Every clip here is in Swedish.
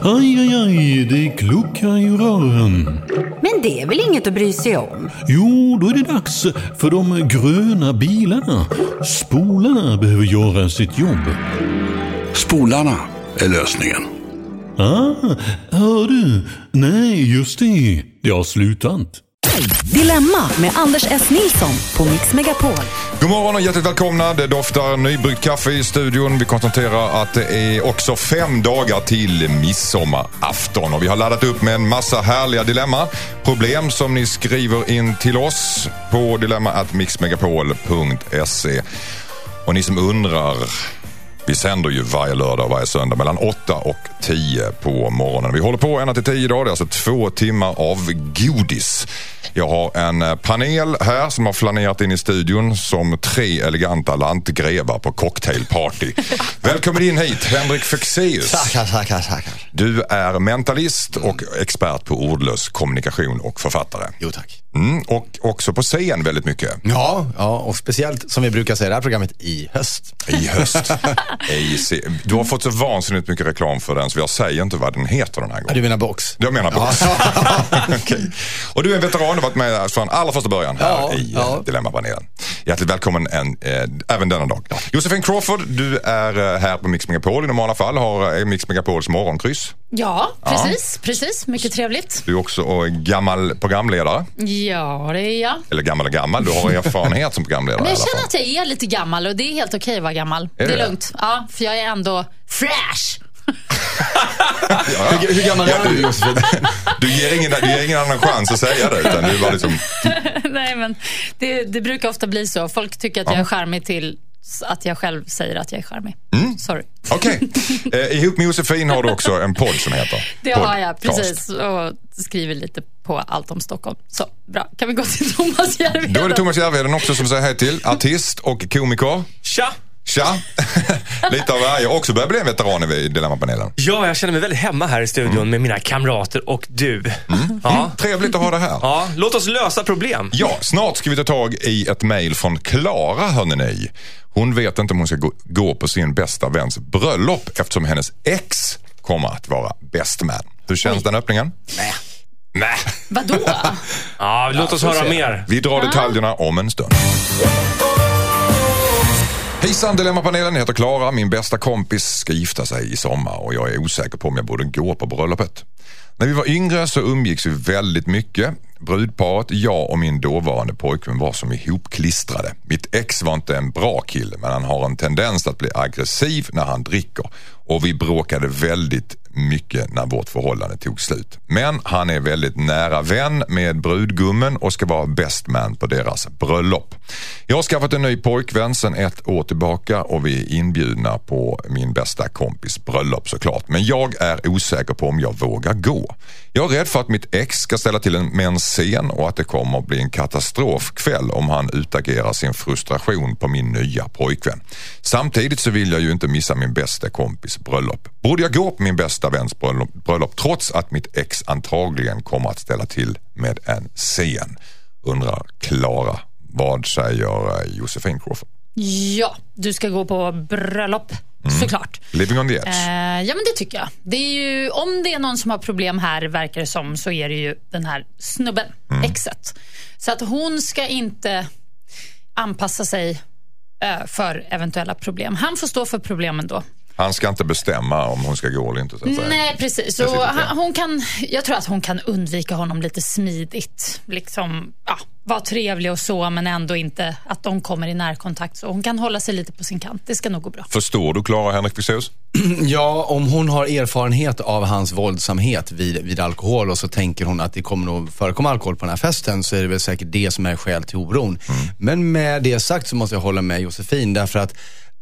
Aj, aj, aj, det kluckar i rören. Men det är väl inget att bry sig om? Jo, då är det dags för de gröna bilarna. Spolarna behöver göra sitt jobb. Spolarna är lösningen. Hör du? Nej, just det. Det har slutat. Dilemma med Anders S. Nilsson på Mix Megapol. God morgon och hjärtligt välkomna. Det doftar nybryggt kaffe i studion. Vi konstaterar att det är också 5 dagar till midsommarafton. Och vi har laddat upp med en massa härliga dilemma. Problem som ni skriver in till oss på dilemma@mixmegapol.se. Och ni som undrar... Vi sänder ju varje lördag och varje söndag mellan 8 och 10 på morgonen. Vi håller på ända till 10 idag. Det är alltså 2 timmar av godis. Jag har en panel här som har flanerat in i studion som 3 eleganta lantgrevar på cocktailparty. Välkommen in hit, Henrik Fexeus. Tackar. Du är mentalist och expert på ordlös kommunikation och författare. Jo, tack. Och också på scen väldigt mycket. Ja, och speciellt som vi brukar säga det här programmet i höst. I höst. Du har fått så vansinnigt mycket reklam för den så jag säger inte vad den heter den här gången. Du menar box? Jag menar box. Ja. Okay. Och du är en veteran, du har varit med från allra första början här i Dilemma-panelen. Hjärtligt välkommen även denna dag. Ja. Josefin Crawford, du är här på Mix Megapol i normala fall, har Mix Megapols morgonkryss. Ja, precis. Mycket trevligt. Du är också gammal programledare. Ja, det är jag. Eller gammal. Du har erfarenhet som programledare. Men jag känner att jag är lite gammal och det är helt okej att vara gammal. Det är lugnt. Ja, för jag är ändå fresh. Hur gammal är du, Josefin? Du ger ingen annan chans att säga det utan du var liksom... Nej, men det brukar ofta bli så. Folk tycker att jag är charmig till att jag själv säger att jag är charmig. Sorry. Okej. Ihop med Josefin har du också en podd som heter... Det har jag, precis. Och skriver lite på allt om Stockholm. Så, bra. Kan vi gå till Thomas Järvheden? Då är det Thomas Järvheden också som säger hej till. Artist och komiker. Tja! Lite av varje. Också börjar bli en veteran i Dilemma-panelen. Ja, jag känner mig väldigt hemma här i studion med mina kamrater och du. Ja. Trevligt att ha det här. Ja, låt oss lösa problem. Ja, snart ska vi ta tag i ett mejl från Klara, hörni ni. Hon vet inte om hon ska gå på sin bästa väns bröllop eftersom hennes ex kommer att vara best man. Hur känns den öppningen? Nej. Vadå? Ja, låt oss höra mer. Vi drar detaljerna om en stund. Hejsan, Dilemma-panelen, heter Klara. Min bästa kompis ska gifta sig i sommar och jag är osäker på om jag borde gå på bröllopet. När vi var yngre så umgicks vi väldigt mycket. Brudparet, jag och min dåvarande pojkvän var som ihopklistrade. Mitt ex var inte en bra kille men han har en tendens att bli aggressiv när han dricker. Och vi bråkade väldigt mycket när vårt förhållande tog slut. Men han är väldigt nära vän med brudgummen och ska vara best man på deras bröllop. Jag har skaffat en ny pojkvän sedan 1 år tillbaka och vi är inbjudna på min bästa kompis bröllop såklart. Men jag är osäker på om jag vågar gå. Jag är rädd för att mitt ex ska ställa till med en scen och att det kommer att bli en katastrofkväll om han utagerar sin frustration på min nya pojkvän. Samtidigt så vill jag ju inte missa min bästa kompis bröllop. Borde jag gå på min bästa väns bröllop trots att mitt ex antagligen kommer att ställa till med en scen? Undrar Klara. Vad säger Josefin Crawford? Ja, du ska gå på bröllop. Såklart. Living on the edge. Ja, men det tycker jag. Det är ju, om det är någon som har problem här, verkar det som, så är det ju den här snubben, exet. Så att hon ska inte anpassa sig för eventuella problem. Han får stå för problemen då. Han ska inte bestämma om hon ska gå eller inte. Så att säga. Nej, precis. Så jag tror att hon kan undvika honom lite smidigt. Liksom, vara trevlig och så, men ändå inte att de kommer i närkontakt. Så hon kan hålla sig lite på sin kant. Det ska nog gå bra. Förstår du, Klara, Henrik Fexeus? Ja, om hon har erfarenhet av hans våldsamhet vid alkohol och så tänker hon att det kommer att förekomma alkohol på den här festen, så är det väl säkert det som är skäl till oron. Men med det sagt så måste jag hålla med Josefin, därför att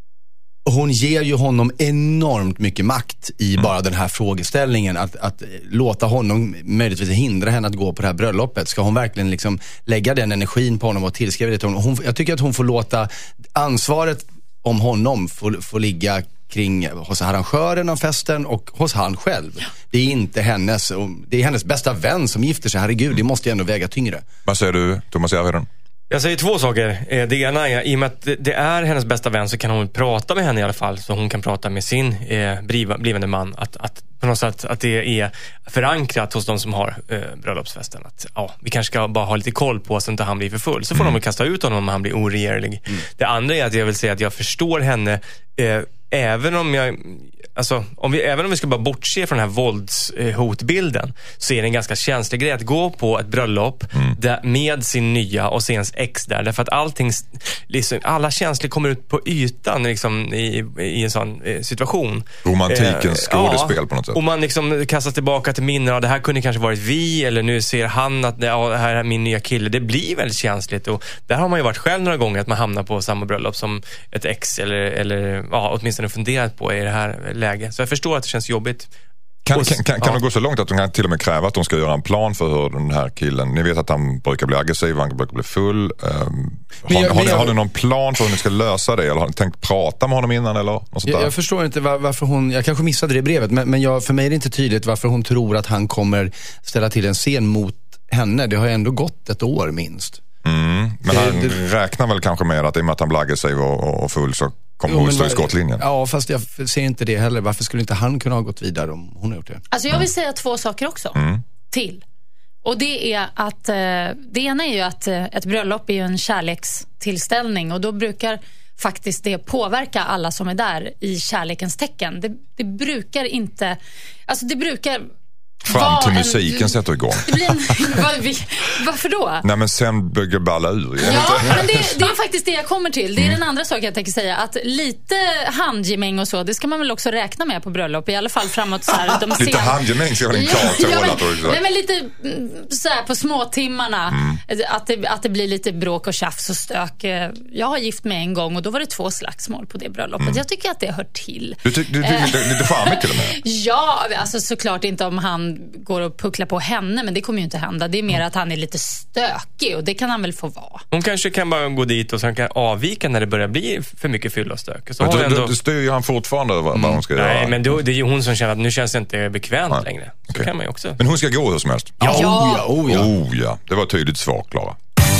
hon ger ju honom enormt mycket makt i bara den här frågeställningen. Att låta honom möjligtvis hindra henne att gå på det här bröllopet. Ska hon verkligen liksom lägga den energin på honom och tillskriva det till honom? Jag tycker att hon får låta ansvaret om honom få ligga hos arrangören av festen och hos han själv. Det är inte hennes, det är hennes bästa vän som gifter sig. Herregud, det måste ju ändå väga tyngre. Vad säger du, Thomas Järvheden? Jag säger 2 saker. Det ena är, i och med att det är hennes bästa vän, så kan hon prata med henne i alla fall. Så hon kan prata med sin blivande man. Att på något sätt att det är förankrat hos de som har bröllopsfesten. Att vi kanske ska bara ha lite koll på så att inte han blir för full. Så får de väl kasta ut honom om han blir oregerlig. Det andra är att jag vill säga att jag förstår henne även om även om vi ska bara bortse från den här våldshotbilden, så är det en ganska känslig grej att gå på ett bröllop med sin nya och sin ex där. Därför att allting, liksom, alla känslor kommer ut på ytan liksom, i en sån situation. Romantikens skådespel på något sätt. Och man liksom kastar tillbaka till minnen. Det här kunde kanske varit vi, eller nu ser han att det här är min nya kille. Det blir väldigt känsligt. Och där har man ju varit själv några gånger att man hamnar på samma bröllop som ett ex eller åtminstone funderat på i det här läget. Så jag förstår att det känns jobbigt. Kan det gå så långt att de kan till och med kräva att de ska göra en plan för hur den här killen, ni vet att han brukar bli aggressiv, han brukar bli full. Har ni någon plan för hur ni ska lösa det? Eller har ni tänkt prata med honom innan? Eller något sånt där? Jag förstår inte varför hon, jag kanske missade det i brevet, men för mig är det inte tydligt varför hon tror att han kommer ställa till en scen mot henne. Det har ju ändå gått ett år minst. Men han räknar väl kanske med att i och med att han blir aggressiv och full så kommer hon stå i skottlinjen. Ja, fast jag ser inte det heller. Varför skulle inte han kunna ha gått vidare om hon har gjort det? Alltså jag vill säga 2 saker också till. Och det är att det ena är ju att ett bröllop är ju en kärlekstillställning, och då brukar faktiskt det påverka alla som är där i kärlekens tecken. Det brukar inte, alltså det brukar fram till musiken sätter igång. Det blir varför då? Nej, men sen bygger balla ur. Men det är faktiskt det jag kommer till. Det är den andra saken jag tänker säga. Att lite handgemäng och så, det ska man väl också räkna med på bröllop. I alla fall framåt så här. Lite handgemäng så har ni klart. Nej, men lite så här på småtimmarna. Att det blir lite bråk och tjafs och stök. Jag har gift mig en gång och då var det 2 slagsmål på det bröllopet. Jag tycker att det hör till. Du tycker lite charmigt till och med? Ja, alltså såklart inte om han går och pucklar på henne, men det kommer ju inte hända. Det är mer att han är lite stökig, och det kan han väl få vara. Hon kanske kan bara gå dit och sen kan avvika när det börjar bli för mycket fylla och stök. Så då styr ju han fortfarande vad hon ska göra. Nej, men det är ju hon som känner att nu känns det inte bekvämt längre. Så kan man ju också. Men hon ska gå hur som helst? Ja. Det var ett tydligt svar, Klara.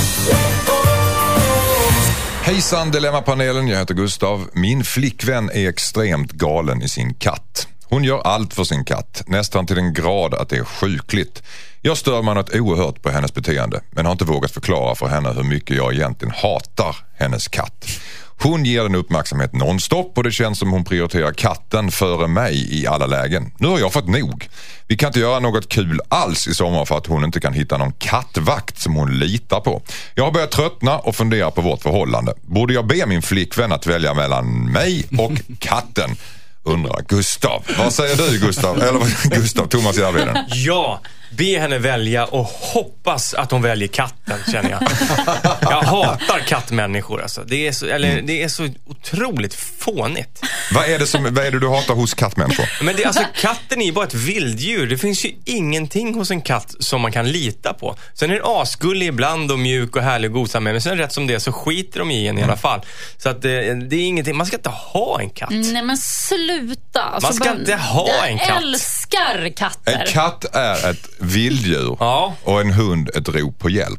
Hejsan Dilemmapanelen, jag heter Gustav. Min flickvän är extremt galen i sin katt. Hon gör allt för sin katt, nästan till en grad att det är sjukligt. Jag stör mig något oerhört på hennes beteende, men har inte vågat förklara för henne hur mycket jag egentligen hatar hennes katt. Hon ger den uppmärksamhet nonstop, och det känns som hon prioriterar katten före mig i alla lägen. Nu har jag fått nog. Vi kan inte göra något kul alls i sommar för att hon inte kan hitta någon kattvakt som hon litar på. Jag har börjat tröttna och fundera på vårt förhållande. Borde jag be min flickvän att välja mellan mig och katten? Undrar Gustav. Vad säger du, Gustav? Eller Gustav, Thomas Järvheden? Ja, be henne välja och hoppas att hon väljer katten, känner jag. Jag hatar kattmänniskor alltså. Det är så otroligt fånigt. Vad är det du hatar hos kattmänniskor? Men katten är ju bara ett vilddjur. Det finns ju ingenting hos en katt som man kan lita på. Sen är den asgullig ibland och mjuk och härlig och gosam med, men sen rätt som det så skiter de i en i alla fall. Så att det är ingenting. Man ska inte ha en katt. Nej, men sluta. Alltså, man ska inte ha en katt. Jag älskar katter. En katt är ett vilddjur och en hund ett rop på hjälp.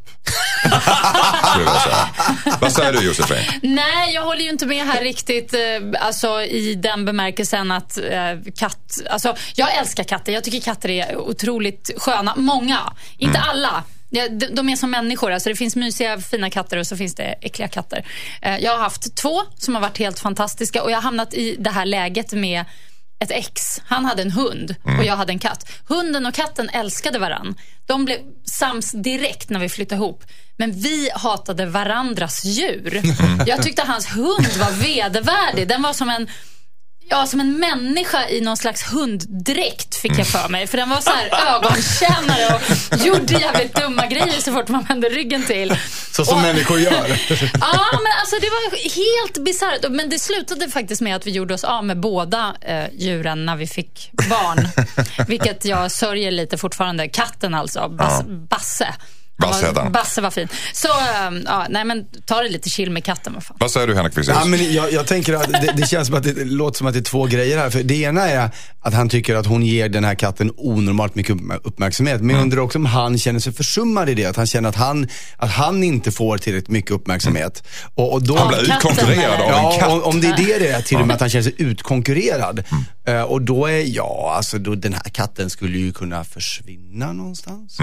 Vad säger du, Josefin? Nej, jag håller ju inte med här riktigt, alltså i den bemärkelsen att katt, alltså jag älskar katter. Jag tycker katter är otroligt sköna. Många, inte alla. De är som människor, alltså det finns mysiga fina katter och så finns det äckliga katter. Jag har haft 2 som har varit helt fantastiska, och jag har hamnat i det här läget med ett ex. Han hade en hund och jag hade en katt. Hunden och katten älskade varann. De blev sams direkt när vi flyttade ihop. Men vi hatade varandras djur. Jag tyckte hans hund var vedervärdig. Den var som en människa i någon slags hunddräkt, fick jag för mig. För den var så här ögonkännare och gjorde jävligt dumma grejer så fort man vände ryggen till. Så som människor gör. Ja, men alltså det var helt bisarrt. Men det slutade faktiskt med att vi gjorde oss av med båda djuren när vi fick barn. Vilket jag sörjer lite fortfarande. Katten alltså, Basse. Basse var fin. Så, nej men ta det lite chill med katten. Vad säger du, Henrik Fexeus? Ja, men jag tänker att det känns som att det låter som att det är två grejer här. För det ena är att han tycker att hon ger den här katten onormalt mycket uppmärksamhet. Men jag undrar också om han känner sig försummad i det. Att han känner att han inte får tillräckligt mycket uppmärksamhet. Och då, han blir utkonkurrerad av en katt. Om det är det till och med att han känner sig utkonkurrerad. Och då är då den här katten skulle ju kunna försvinna någonstans.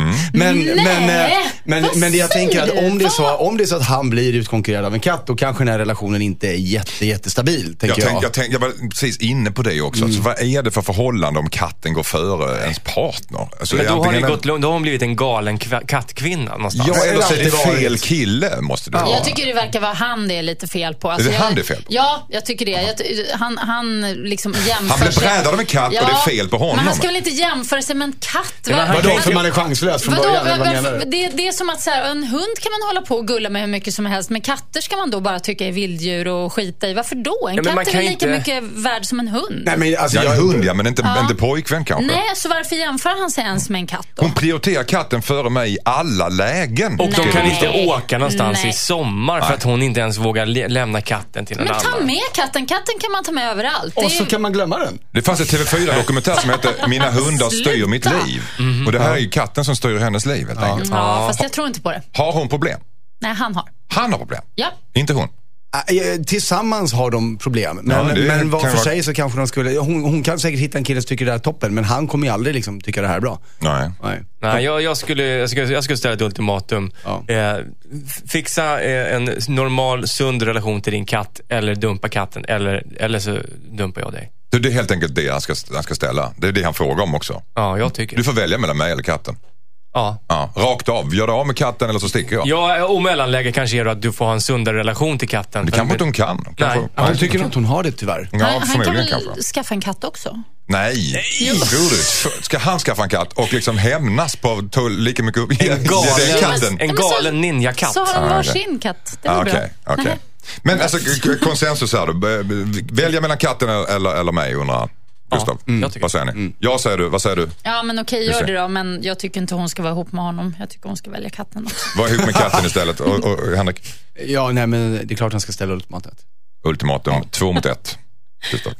Men det jag tänker att om det är så att han blir utkonkurrerad av en katt, då kanske den här relationen inte är jättestabil, tänker jag. Jag var precis inne på det också. Så vad är det för förhållande om katten går före ens partner? Alltså, men då har hon blivit en galen kattkvinna någonstans. Ja, eller så är det fel kille, måste det vara. Jag tycker det verkar vara han det är lite fel på. Alltså, är det han det är fel på? Ja, jag tycker det. Han liksom jämför han blir brädad av en katt och det är fel på honom. Men han ska väl inte jämföra sig med en katt? Vadå, för man är chanslös från början? Det är som att så här, en hund kan man hålla på och gulla med hur mycket som helst, men katter ska man då bara tycka är vilddjur och skita i. Varför då? En katt är lika mycket värd som en hund. Nej, men alltså, en hund, men inte pojkvän kanske. Nej, så varför jämför han sig ens med en katt då? Hon prioriterar katten före mig i alla lägen. Och de kan inte åka någonstans i sommar för att hon inte ens vågar lämna katten till någon annan. Men ta med katten. Katten kan man ta med överallt. Och så kan man glömma den. Det fanns ett TV4-dokumentär som heter Mina hundar styr mitt liv. Och det här är ju katten som styr hennes liv, helt enkelt. Ja, fast jag tror inte på det. Har hon problem? Nej, han har. Han har problem? Ja. Inte hon? Tillsammans har de problem. Men var för sig så kanske de skulle... Hon kan säkert hitta en kille som tycker det är toppen, men han kommer ju aldrig liksom tycka det här är bra. Nej, jag skulle ställa ett ultimatum. Fixa en normal, sund relation till din katt, eller dumpa katten, eller så dumpar jag dig. Det är helt enkelt det han ska ställa. Det är det han frågar om också. Ja, jag tycker. Du får välja mellan mig eller katten. Ja. Rakt av. Gör det av med katten eller så sticker jag. Ja, och mellanläge kanske är att du får ha en sundare relation till katten. Det kanske inte hon kan. Hon tycker att hon har det tyvärr. Han kan väl skaffa en katt också? Nej. Ska han skaffa en katt och liksom hämnas på lika mycket en galen ninja-katt. Så har han varsin katt. Det är bra. Okej. Men alltså konsensus här då. Välja mellan katten eller mig, undrar Gustav. Vad säger ni? Jag säger du, vad säger du? Ja, men okej, gör det då. Men jag tycker inte hon ska vara ihop med honom. Jag tycker hon ska välja katten också. Var ihop med katten istället. Och Henrik? Ja, nej, men det är klart han ska ställa ultimatet. Ultimatum 2-1. Gustav.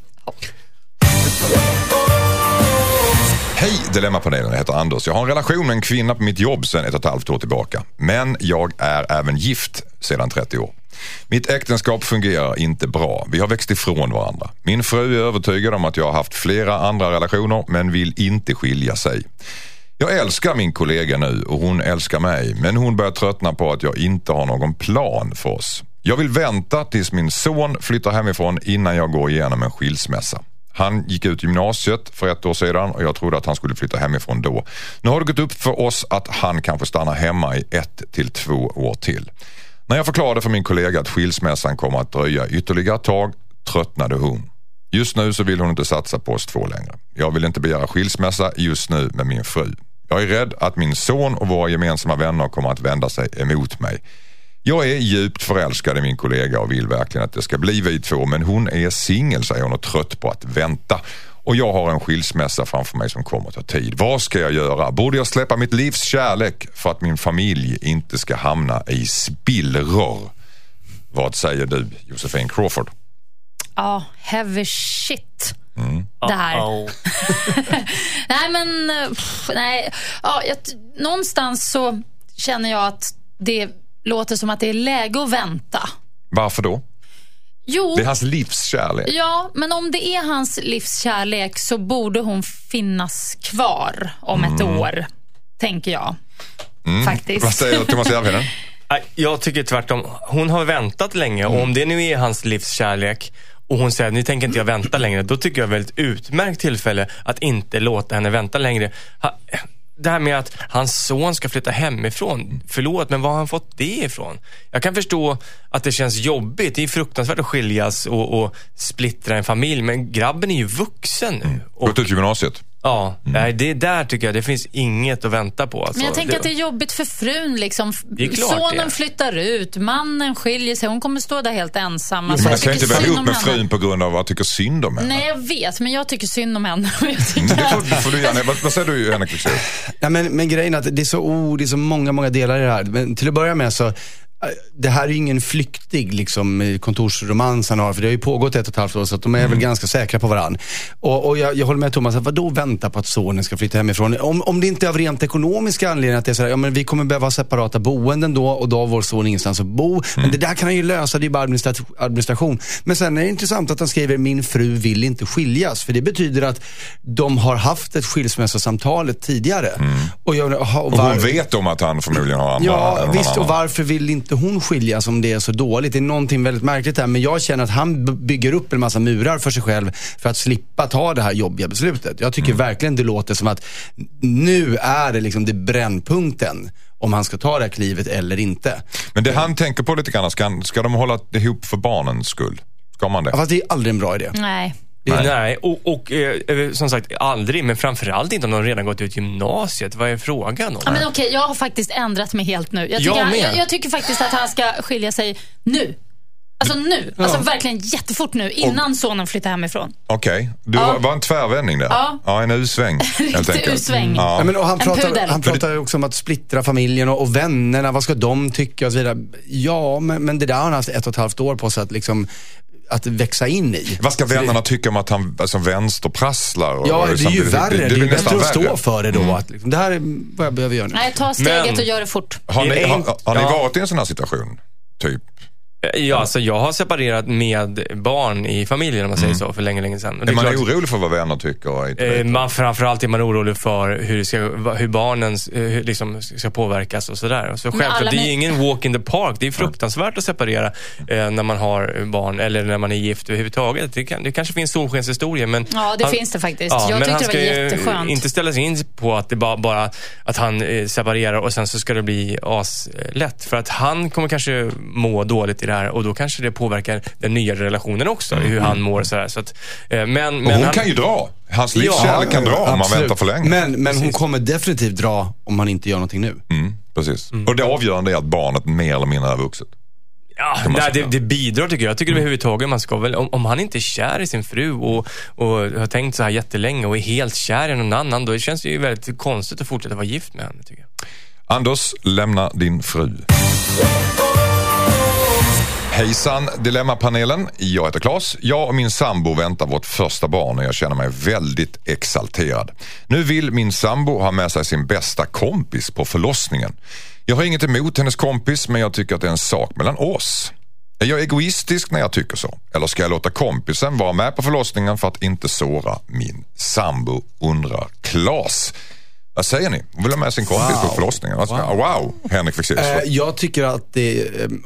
Hej Dilemmapanelen, jag heter Anders. Jag har en relation med en kvinna på mitt jobb sedan 1,5 år tillbaka. Men jag är även gift sedan 30 år. Mitt äktenskap fungerar inte bra. Vi har växt ifrån varandra. Min fru är övertygad om att jag har haft flera andra relationer men vill inte skilja sig. Jag älskar min kollega nu och hon älskar mig, men hon börjar tröttna på att jag inte har någon plan för oss. Jag vill vänta tills min son flyttar hemifrån innan jag går igenom en skilsmässa. Han gick ut gymnasiet för 1 år sedan och jag trodde att han skulle flytta hemifrån då. Nu har det gått upp för oss att han kanske stannar hemma i 1 till 2 år till. När jag förklarade för min kollega att skilsmässan kommer att dröja ytterligare ett tag tröttnade hon. Just nu så vill hon inte satsa på oss 2 längre. Jag vill inte begära skilsmässa just nu med min fru. Jag är rädd att min son och våra gemensamma vänner kommer att vända sig emot mig. Jag är djupt förälskad i min kollega och vill verkligen att det ska bli vi 2, men hon är singel, säger hon, och trött på att vänta. Och jag har en skilsmässa framför mig som kommer att ta tid. Vad ska jag göra? Borde jag släppa mitt livs kärlek för att min familj inte ska hamna i spillror? Vad säger du, Josefin Crawford? Ja, heavy shit. Det här. Nej. Ja, någonstans så känner jag att det låter som att det är läge att vänta. Varför då? Jo. Det är hans livskärlek. Ja, men om det är hans livskärlek så borde hon finnas kvar om ett år, tänker jag. Faktiskt. Vad säger Thomas Järvheden? Jag tycker tvärtom. Hon har väntat länge och om det nu är hans livskärlek och hon säger, nu tänker inte jag vänta längre, då tycker jag är väldigt utmärkt tillfälle att inte låta henne vänta längre. Det här med att hans son ska flytta hemifrån. Förlåt, men var har han fått det ifrån? Jag kan förstå att det känns jobbigt. Det är fruktansvärt att skiljas och splittra en familj. Men grabben är ju vuxen nu. Gått ut gymnasiet. Ja, nej, det där tycker jag, det finns inget att vänta på. Alltså. Men jag tänker att det är jobbigt för frun liksom. Sonen flyttar ut, mannen skiljer sig, hon kommer stå där helt ensam. Alltså, men jag kan inte vara ihop med frun på grund av att jag tycker synd om henne. Nej, jag vet, men jag tycker synd om henne. Det får du gärna. Vad säger du, Henrik Fexeus? Ja, men grejen är att det är så många delar i det här. Men till att börja med så, det här är ju ingen flyktig liksom, kontorsromans han har, för det har ju pågått 1,5 år, så att de är väl ganska säkra på varann. Och jag håller med Thomas, att vadå vänta på att sonen ska flytta hemifrån? Om det inte är av rent ekonomiska anledningar, att det är så här, ja, men vi kommer behöva separata boenden då, och då har vår son ingenstans att bo. Men det där kan han ju lösa, det är bara administration. Men sen är det intressant att han skriver, min fru vill inte skiljas, för det betyder att de har haft ett skilsmässosamtalet tidigare. Och hon vet om att han förmodligen har andra. Ja, visst, och varför vill inte hon skiljas om det är så dåligt? Det är någonting väldigt märkligt här, men jag känner att han bygger upp en massa murar för sig själv för att slippa ta det här jobbiga beslutet. Jag tycker verkligen det låter som att nu är det liksom det brännpunkten om han ska ta det här klivet eller inte. Men det han tänker på lite grann, ska de hålla ihop för barnens skull? Ska man det? Ja, fast det är aldrig en bra idé. Nej. Nej, och som sagt aldrig, men framförallt inte om de redan gått ut gymnasiet. Vad är frågan om? Ja, men okej, jag har faktiskt ändrat mig helt nu. Jag tycker faktiskt att han ska skilja sig nu. Alltså nu, alltså verkligen jättefort nu, innan sonen flyttar hemifrån. Okej, du var en tvärvändning där. Ja, en U-sväng. Riktig U-sväng. Ja, men, och han pratar ju också om att splittra familjen och vännerna, vad ska de tycka och så vidare. Ja, men det där har han haft 1,5 år på sig att liksom att växa in i. Vad ska vännerna tycka om att han alltså, vänsterprasslar? Och, ja, det är ju värre. Det är bättre att stå för det då. Att, liksom, det här är vad jag behöver göra nu. Nej, ta steget och gör det fort. Har ni varit i en sån här situation? Typ? Ja, alltså jag har separerat med barn i familjen, om man säger så, för länge sedan. Är man orolig för vad vänner tycker? Framförallt är man orolig för hur barnen liksom ska påverkas och sådär. Så självklart, det är ingen walk in the park. Det är fruktansvärt att separera när man har barn eller när man är gift överhuvudtaget. Det kanske finns solskenshistorier, men... Ja, det finns det faktiskt. Jag tyckte det var jätteskönt. Inte ställa sig in på att det bara att han separerar och sen så ska det bli aslätt. För att han kommer kanske må dåligt i det här, och då kanske det påverkar den nya relationen också, hur han mår så här. Så att, men hon kan ju dra. Hans livskärlek kan dra om man väntar för länge. Men hon kommer definitivt dra om man inte gör någonting nu. Precis. Och det avgörande är att barnet mer eller mindre är vuxet. Ja, det bidrar tycker jag. Jag tycker överhuvudtaget man ska väl, om han inte är kär i sin fru och har tänkt så här jättelänge och är helt kär i någon annan, då känns det ju väldigt konstigt att fortsätta vara gift med henne, tycker jag. Anders, lämna din fru. Hejsan, Dilemmapanelen. Jag heter Claes. Jag och min sambo väntar vårt första barn och jag känner mig väldigt exalterad. Nu vill min sambo ha med sig sin bästa kompis på förlossningen. Jag har inget emot hennes kompis, men jag tycker att det är en sak mellan oss. Är jag egoistisk när jag tycker så? Eller ska jag låta kompisen vara med på förlossningen för att inte såra min sambo, undrar Claes. Vad säger ni? Hon vill ha med sin kompis på förlossningen. Wow, Henrik Fexeus. Jag tycker att det...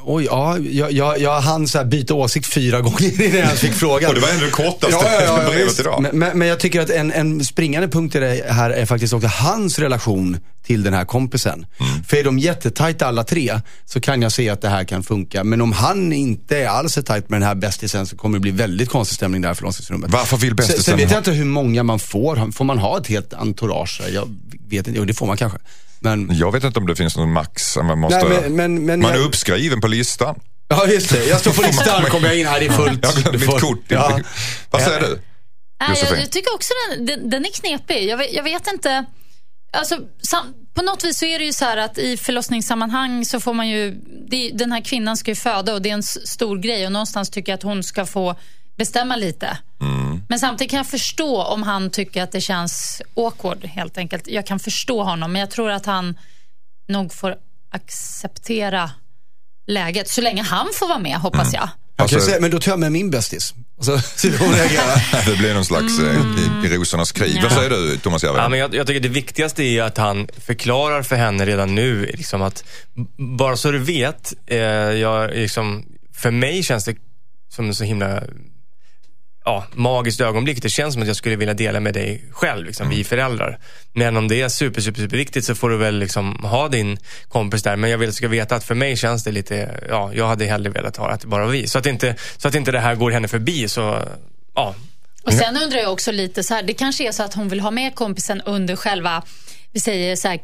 jag hann så här byta åsikt 4 gånger innan jag fick frågan. Och det var ändå det kortaste brevet idag. Men jag tycker att en springande punkt i det här är faktiskt också hans relation till den här kompisen. För är de jättetajt alla tre, så kan jag se att det här kan funka. Men om han inte är alls tajt med den här bästisen, så kommer det bli väldigt konstig stämning där i förlossningsrummet. Varför vill bästisen? Sen vet jag inte hur många man får. Får man ha ett helt entourage? Jag vet inte, det får man kanske. Men jag vet inte om det finns någon max. Man är uppskriven på listan. Ja, just det. Jag står på listan, kommer jag in här, det är fullt. Jag har glömt mitt kort. Ja. Vad säger du? Jag tycker också den är knepig. Jag vet inte... Alltså, på något vis så är det ju så här att i förlossningssammanhang så får man ju... Den här kvinnan ska ju föda och det är en stor grej. Och någonstans tycker jag att hon ska få bestämma lite. Men samtidigt kan jag förstå om han tycker att det känns awkward, helt enkelt. Jag kan förstå honom, men jag tror att han nog får acceptera läget. Så länge han får vara med, hoppas jag. Men då tar jag med min bästis. Det blir någon slags i rosornas krig. Vad säger du, Thomas Järvheden? Ja, men jag tycker det viktigaste är att han förklarar för henne redan nu liksom att, bara så du vet, för mig känns det som en så himla magiskt ögonblick. Det känns som att jag skulle vilja dela med dig själv, liksom, vi föräldrar. Men om det är super viktigt, så får du väl liksom ha din kompis där. Men jag vill att du ska veta att för mig känns det lite, jag hade hellre velat ha att det bara vi. Så att inte det här går henne förbi, så Och sen undrar jag också lite så här, det kanske är så att hon vill ha med kompisen under själva, vi säger så här,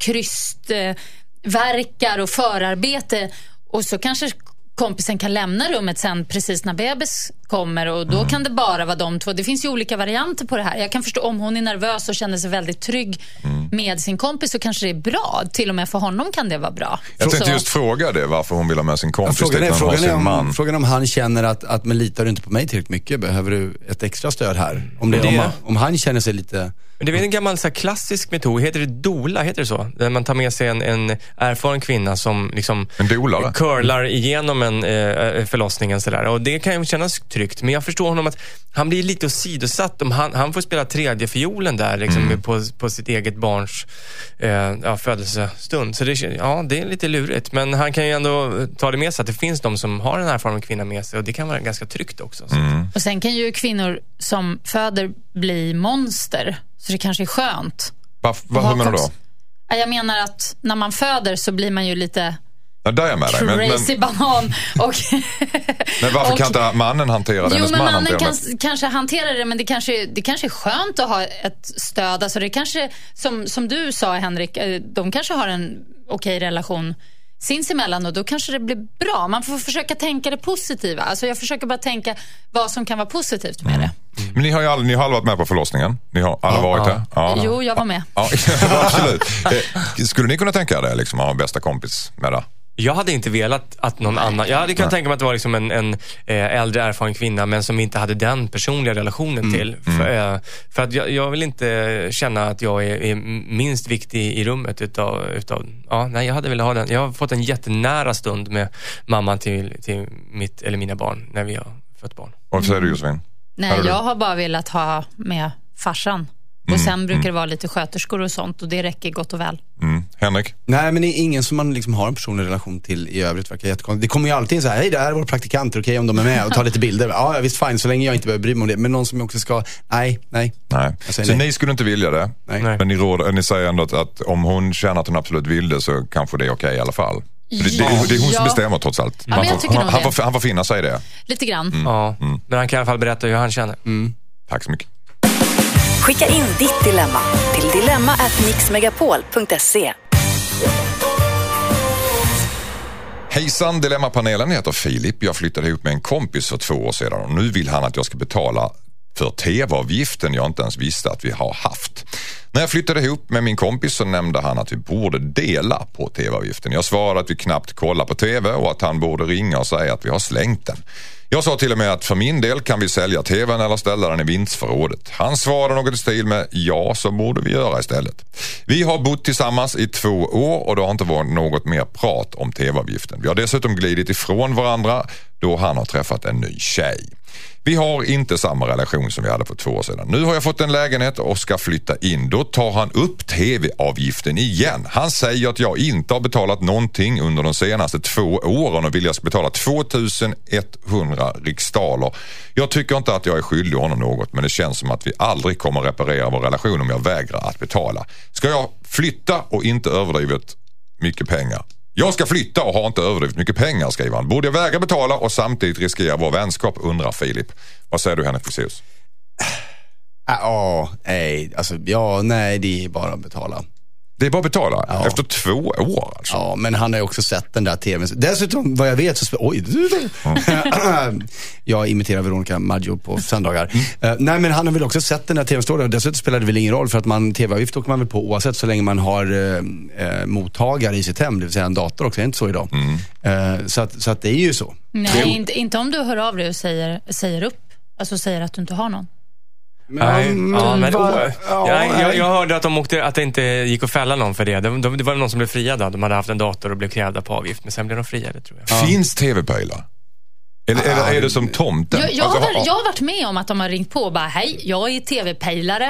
krystverkar och förarbete, och så kanske kompisen kan lämna rummet sen precis när bebis kommer, och då kan det bara vara de två. Det finns ju olika varianter på det här. Jag kan förstå om hon är nervös och känner sig väldigt trygg med sin kompis, så kanske det är bra. Till och med för honom kan det vara bra. Jag tänkte just fråga det, varför hon vill ha med sin kompis. Frågan är om han känner att men litar du inte på mig tillräckligt mycket, behöver du ett extra stöd här? Om han känner sig lite... Men det är en gammal så här, klassisk metod. Heter det doula, heter det så? Där man tar med sig en erfaren kvinna som liksom curlar igenom en förlossningen sådär. Och det kan ju kännas tryggt. Men jag förstår honom att han blir lite åsidosatt om han får spela tredje fiolen där liksom, på sitt eget barns födelsestund. Så det är lite lurigt. Men han kan ju ändå ta det med sig att det finns de som har en erfaren kvinna med sig. Och det kan vara ganska tryggt också. Och sen kan ju kvinnor som föder bli monster. Så det kanske är skönt. Hur menar du då? Jag menar att när man föder så blir man ju lite där är med dig. crazy banan. Men varför kan inte mannen hantera det? Jo, men mannen kanske hanterar det, men det kanske är skönt att ha ett stöd. Alltså det kanske, som du sa Henrik, de kanske har en okej relation sinsemellan, och då kanske det blir bra. Man får försöka tänka det positiva. Alltså jag försöker bara tänka vad som kan vara positivt med det. Men ni har alla varit med på förlossningen. Ni har alla varit där. Ja. Jo, jag var med. Ja, absolut. Skulle ni kunna tänka er det, liksom, att ha en bästa kompis med det? Jag hade inte velat att någon annan... Jag hade kunnat tänka mig att det var liksom en äldre erfaren kvinna, men som inte hade den personliga relationen till. För att jag vill inte känna att jag är minst viktig i rummet utav jag hade velat ha den. Jag har fått en jättenära stund med mamman till mitt eller mina barn när vi har fött barn. Vad säger du, Josefin? Nej, jag har bara velat ha med farsan. Och sen brukar det vara lite sköterskor och sånt, och det räcker gott och väl. Henrik? Nej, men det är ingen som man liksom har en personlig relation till i övrigt. Verkar jättekonstigt. Det kommer ju alltid så här, hej, det här är våra praktikanter, okej, om de är med och tar lite bilder. Ja, visst, fine, så länge jag inte behöver bry mig om det. Men någon som jag också ska, nej. Så ni skulle inte vilja det? Nej. Men ni säger ändå att om hon känner att hon absolut vill det, så kanske det är okej i alla fall. Det är hon som bestämmer trots allt. Ja, han får finna sig i det. Lite grann. Ja, men han kan i alla fall berätta hur han känner. Tack så mycket. Skicka in ditt dilemma till dilemma@mixmegapol.se. Hejsan, Dilemmapanelen heter Filip. Jag flyttade ihop med en kompis för 2 år sedan, och nu vill han att jag ska betala för tv-avgiften jag inte ens visste att vi har haft. När jag flyttade ihop med min kompis så nämnde han att vi borde dela på tv-avgiften. Jag svarade att vi knappt kollar på tv och att han borde ringa och säga att vi har slängt den. Jag sa till och med att för min del kan vi sälja tvn eller ställa den i vinstförrådet. Han svarade något i stil med ja, så borde vi göra istället. Vi har bott tillsammans i 2 år och det har inte varit något mer prat om tv-avgiften. Vi har dessutom glidit ifrån varandra då han har träffat en ny tjej. Vi har inte samma relation som vi hade för 2 år sedan. Nu har jag fått en lägenhet och ska flytta in. Då tar han upp tv-avgiften igen. Han säger att jag inte har betalat någonting under de senaste 2 åren och vill jag ska betala 2100 riksdaler. Jag tycker inte att jag är skyldig honom något, men det känns som att vi aldrig kommer reparera vår relation om jag vägrar att betala. Ska jag flytta och inte överdrivet mycket pengar? Jag ska flytta och har inte överdrivet mycket pengar, skriver han. Borde jag vägra betala och samtidigt riskera vår vänskap, undrar Filip. Vad säger du, Henrik Fexeus? Nej, det är bara att betala. Det är bara att betala? Ja. Efter 2 år alltså? Ja, men han har ju också sett den där tvn. Dessutom, vad jag vet så... jag imiterar Veronica Maggio på söndagar. Nej, men han har väl också sett den där tvn-storyn. Och dessutom spelar det väl ingen roll, för att tv-avgift åker man väl på oavsett så länge man har mottagare i sitt hem, det vill säga en dator också. Det är inte så idag. Så att det är ju så. Nej, inte om du hör av dig och säger upp. Alltså säger att du inte har någon. Jag hörde att att det inte gick att fälla någon för det. Det var någon som blev friade. De hade haft en dator och blev krävda på avgift, men sen blev de friade, tror jag. Finns tv-pejlar? Eller är det som tomten? Jag har varit med om att de har ringt på och bara, hej, jag är tv-pejlare.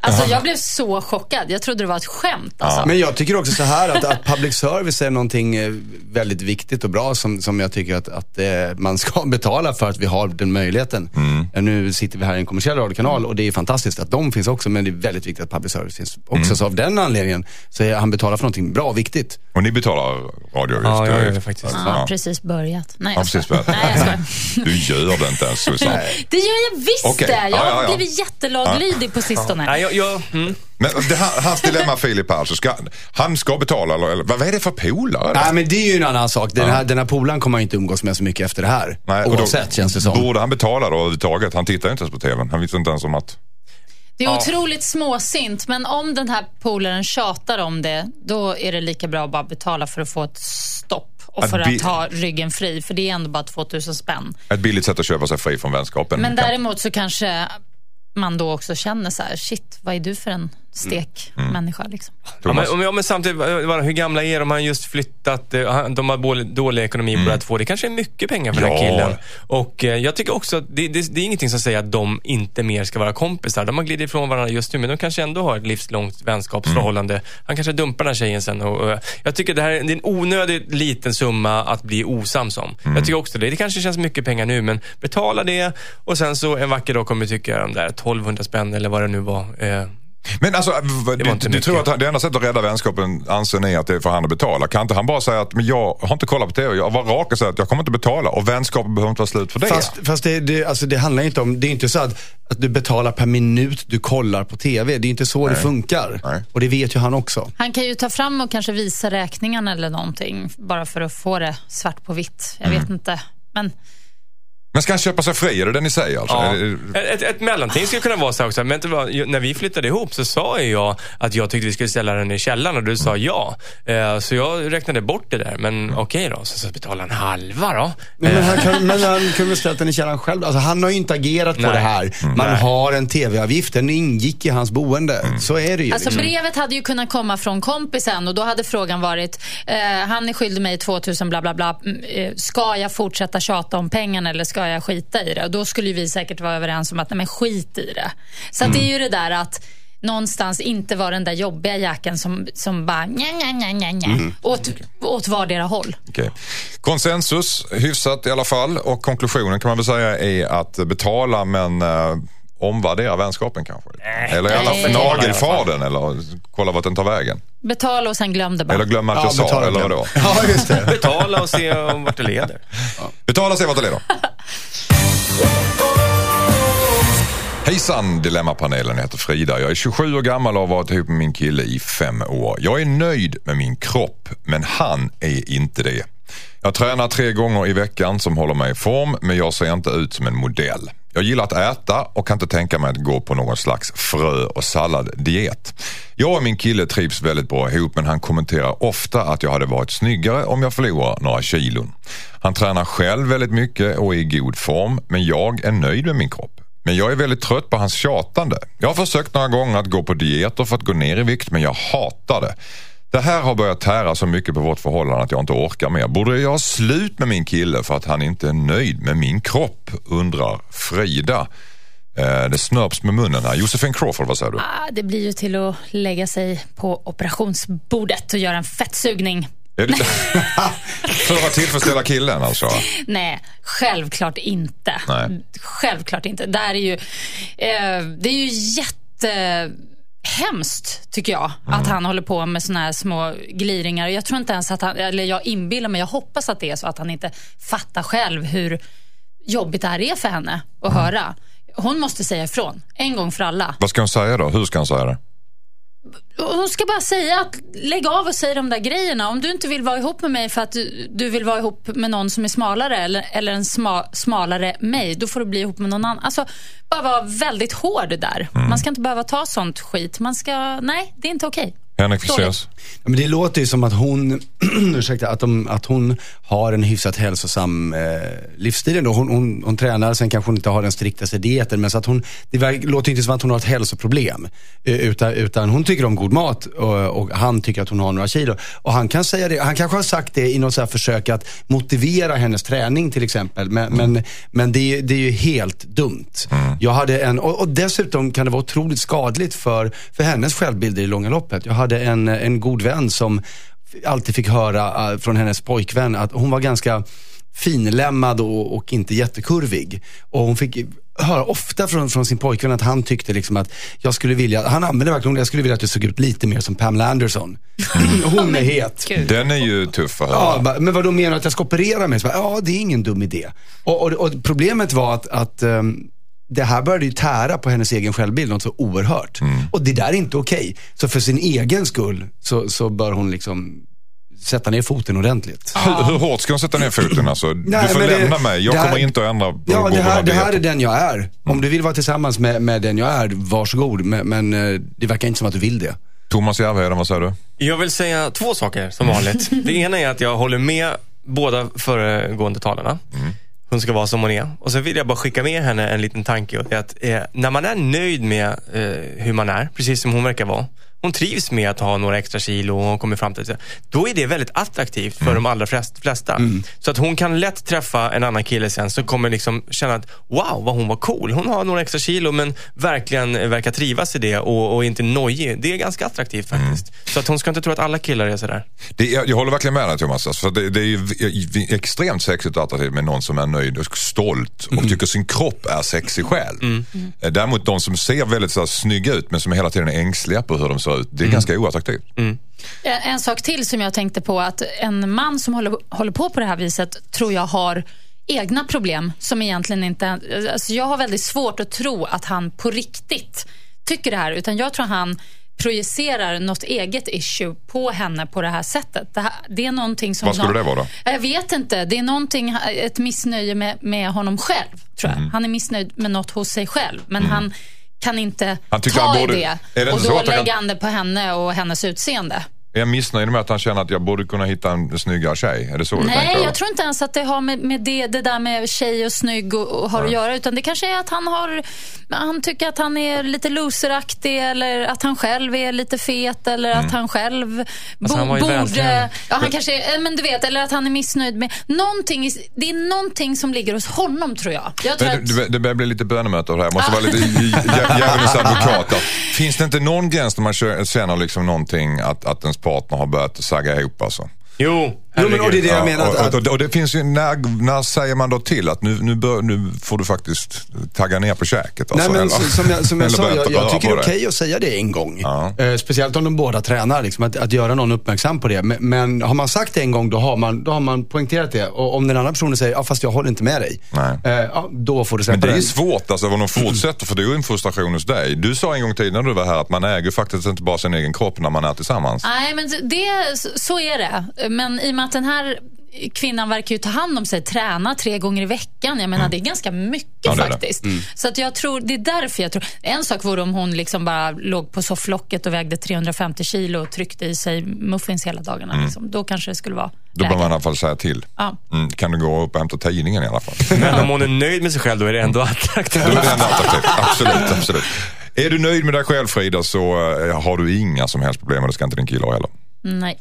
Alltså jag blev så chockad. Jag trodde det var ett skämt. Alltså. Men jag tycker också så här att public service är någonting väldigt viktigt och bra som jag tycker att man ska betala för att vi har den möjligheten. Nu sitter vi här i en kommersiell radiokanal och det är fantastiskt att de finns också, men det är väldigt viktigt att public service finns också. Så av den anledningen så är han betalar för någonting bra och viktigt. Och ni betalar radioavgift? Ja, jag gör det faktiskt. Ja, precis börjat. Nej, jag precis börjat. Nej, jag skojar. Du gör det inte ens, Susanne. Det gör jag visst. Okay. Jag har blivit jättelaglydig på sistone. Men hans dilemma, Filip, alltså, han ska betala eller vad är det för polare? Nej, men det är ju en annan sak. Den här polaren kommer inte umgås med så mycket efter det här. Nej, oavsett, känns det som. Borde han betala då överhuvudtaget? Han tittar inte ens på tvn. Han visste inte ens om att... Det är otroligt småsint, men om den här polaren tjatar om det, då är det lika bra att bara betala för att få ett stopp och för att ha ryggen fri, för det är ändå bara 2000 spänn. Ett billigt sätt att köpa sig fri från vänskapen. Men däremot så kanske man då också känner så här: shit, vad är du för en stekmänniska liksom. Men samtidigt, hur gamla är de? Har just flyttat, de har dålig ekonomi på att få. Det kanske är mycket pengar för den här killen. Och jag tycker också att det är ingenting som säger att de inte mer ska vara kompisar. De har glidit ifrån varandra just nu, men de kanske ändå har ett livslångt vänskapsförhållande. Han kanske dumpar den här tjejen sen. Och jag tycker det här är en onödigt liten summa att bli osams om. Jag tycker också det kanske känns mycket pengar nu, men betala det och sen så en vacker dag kommer tycka de där 1200 spänn eller vad det nu var. Men alltså, du tror att det enda sättet att rädda vänskapen anser ni att det är för han att betala? Kan inte han bara säga att men jag har inte kollat på tv, jag var rak och säga att jag kommer inte betala och vänskapen behöver inte vara slut för det? Fast det handlar inte om, det är inte så att du betalar per minut du kollar på tv. Det är inte så det funkar. Nej. Och det vet ju han också. Han kan ju ta fram och kanske visa räkningen eller någonting bara för att få det svart på vitt. Jag vet inte, Men ska han köpa sig fri? Är det ni säger? Alltså? Ja. Ett mellanting skulle kunna vara så också. Men när vi flyttade ihop så sa jag att jag tyckte vi skulle ställa den i källaren och du sa ja. Så jag räknade bort det där. Men okej då, så betala en halva då. Men han kunde ställa den i källaren själv. Alltså, han har ju inte agerat på det här. Man har en tv-avgift, den ingick i hans boende. Så är det ju. Alltså brevet hade ju kunnat komma från kompisen och då hade frågan varit han är skyldig mig 2000 bla bla bla. Ska jag fortsätta tjata om pengarna eller ska jag skita i det? Och då skulle vi säkert vara överens om att nej, men skit i det. Så att det är ju det där att någonstans inte vara den där jobbiga jäkeln som bara åt vardera håll. Okay. Konsensus, hyfsat i alla fall, och konklusionen kan man väl säga är att betala men omvärdera vänskapen kanske. Eller i alla fall nagelfaden eller kolla vart den tar vägen. Betala och sen glöm det bara. Eller glöm att jag sa eller vadå? Ja, just det. Betala och se vart det leder. Betala och se vart det leder. Hejsan, Dilemmapanelen heter Frida. Jag är 27 år gammal och har varit ihop med min kille i 5 år. Jag är nöjd med min kropp, men han är inte det. Jag tränar 3 gånger i veckan som håller mig i form, men jag ser inte ut som en modell. Jag gillar att äta och kan inte tänka mig att gå på någon slags frö- och salladdiet. Jag och min kille trivs väldigt bra ihop, men han kommenterar ofta att jag hade varit snyggare om jag förlorar några kilon. Han tränar själv väldigt mycket och är i god form, men jag är nöjd med min kropp. Men jag är väldigt trött på hans tjatande. Jag har försökt några gånger att gå på dieter för att gå ner i vikt, men jag hatar det. Det här har börjat tära så mycket på vårt förhållande att jag inte orkar mer. Borde jag ha slut med min kille för att han inte är nöjd med min kropp, undrar Frida. Det snörps med munnen här. Josephine Crawford, vad säger du? Det blir ju till att lägga sig på operationsbordet och göra en fettsugning. Är det för att tillfredsställa killen alltså? Nej, självklart inte. Nej. Självklart inte. Det är ju jättehemskt tycker jag att han håller på med såna här små gliringar. Jag tror inte ens att han, eller jag inbillar mig, jag hoppas att det är så att han inte fattar själv hur jobbigt det här är för henne att höra. Hon måste säga ifrån, en gång för alla. Vad ska hon säga då? Hur ska hon säga det? Hon ska bara säga att lägg av och säg de där grejerna. Om du inte vill vara ihop med mig för att du vill vara ihop med någon som är smalare eller en smalare mig, då får du bli ihop med någon annan. Alltså, bara vara väldigt hård där. Man ska inte behöva ta sånt skit. Nej, det är inte okej. Henrik Fexeus. Ja, men det låter ju som att hon ursäkta, att hon har en hyfsat hälsosam livsstil ändå. Hon tränar, sen kanske hon inte har den striktaste dieten, men så att det låter inte som att hon har ett hälsoproblem, utan hon tycker om god mat och han tycker att hon har några kilo. Och han kan säga det, han kanske har sagt det i något så här försök att motivera hennes träning till exempel, men det är ju helt dumt. Jag hade och dessutom kan det vara otroligt skadligt för hennes självbild i långa loppet. Jag hade en god vän som alltid fick höra från hennes pojkvän att hon var ganska finlämmad och inte jättekurvig. Och hon fick höra ofta från sin pojkvän att han tyckte liksom att jag skulle vilja att du såg ut lite mer som Pamela Anderson. Hon är het. Den är ju tuff att höra. Ja, men vad då menar att jag ska operera mig? Så, ja, det är ingen dum idé. Och problemet var att det här började ju tära på hennes egen självbild något så oerhört. Och det där är inte okej. Så för sin egen skull så bör hon liksom sätta ner foten ordentligt. Hur hårt ska hon sätta ner foten? Alltså? Du får lämna mig. Jag kommer inte att ändra på det här är den jag är. Om du vill vara tillsammans med den jag är, varsågod. Men det verkar inte som att du vill det. Thomas Järvheden, vad säger du? Jag vill säga 2 saker som vanligt. Det ena är att jag håller med båda föregående talarna. Hon ska vara som hon är. Och så vill jag bara skicka med henne en liten tanke. Och att när man är nöjd med hur man är, precis som hon verkar vara, hon trivs med att ha några extra kilo och hon kommer fram till det, då är det väldigt attraktivt för de allra flesta. Så att hon kan lätt träffa en annan kille sen som kommer liksom känna att wow, vad hon var cool. Hon har några extra kilo men verkligen verkar trivas i det och inte nojig. Det är ganska attraktivt faktiskt. Så att hon ska inte tro att alla killar är sådär. Jag håller verkligen med dig, Thomas. Alltså, det är ju extremt sexigt och attraktivt med någon som är nöjd och stolt och tycker sin kropp är sexig själv. Däremot de som ser väldigt så här, snygga ut men som hela tiden är ängsliga på hur de ser ut, det är ganska oattraktivt. En sak till som jag tänkte på, att en man som håller på det här viset tror jag har egna problem som egentligen inte, alltså jag har väldigt svårt att tro att han på riktigt tycker det här, utan jag tror han projicerar något eget issue på henne på det här sättet. Det är någonting som... Vad skulle det vara då? Jag vet inte. Det är någonting, ett missnöje med honom själv, tror jag. Han är missnöjd med något hos sig själv, men han kan inte ta i det. Och då lägger han det på henne och hennes utseende. Är jag missnöjd med att han känner att jag borde kunna hitta en snyggare tjej? Är det så? Nej, jag tror inte ens att det har med det där med tjej och snygg och har att göra, utan det kanske är att han tycker att han är lite loseraktig, eller att han själv är lite fet, eller att han själv borde... Ja, han kanske, men du vet, eller att han är missnöjd med någonting. Det är någonting som ligger hos honom, tror jag. Det börjar bli lite bönemöte av det här. Måste vara lite djävulens advokat. Finns det inte någon gräns när man känner liksom någonting att ens partner har börjat sagga ihop alltså? Jo, men och det är det jag menar. Och det finns ju, när säger man då till att nu får du faktiskt tagga ner på käket? Alltså, nej, men som jag sa, jag tycker det är okej att säga det en gång. Ja. Speciellt om de båda tränar, liksom, att göra någon uppmärksam på det. Men har man sagt det en gång, då har man poängterat det. Och om den andra personen säger, fast jag håller inte med dig, då får du släppa. Men det är svårt alltså, vad de fortsätter, för det är ju en frustration hos dig. Du sa en gång tidigare när du var här att man äger faktiskt inte bara sin egen kropp när man är tillsammans. Nej, men så är det. Men i och med att den här kvinnan verkar ju ta hand om sig, träna 3 gånger i veckan. Jag menar, det är ganska mycket faktiskt. Så att jag tror, det är därför jag tror. En sak vore om hon liksom bara låg på sofflocket och vägde 350 kilo och tryckte i sig muffins hela dagarna. Liksom. Då kanske det skulle vara då bör man i alla fall säga till. Ja. Kan du gå upp och hämta tidningen i alla fall? Men om hon är nöjd med sig själv, då är det ändå attraktivt. Då är det ändå attraktivt, absolut. Är du nöjd med dig själv, Frida, så har du inga som helst problem, och det ska inte din kille heller. Nej.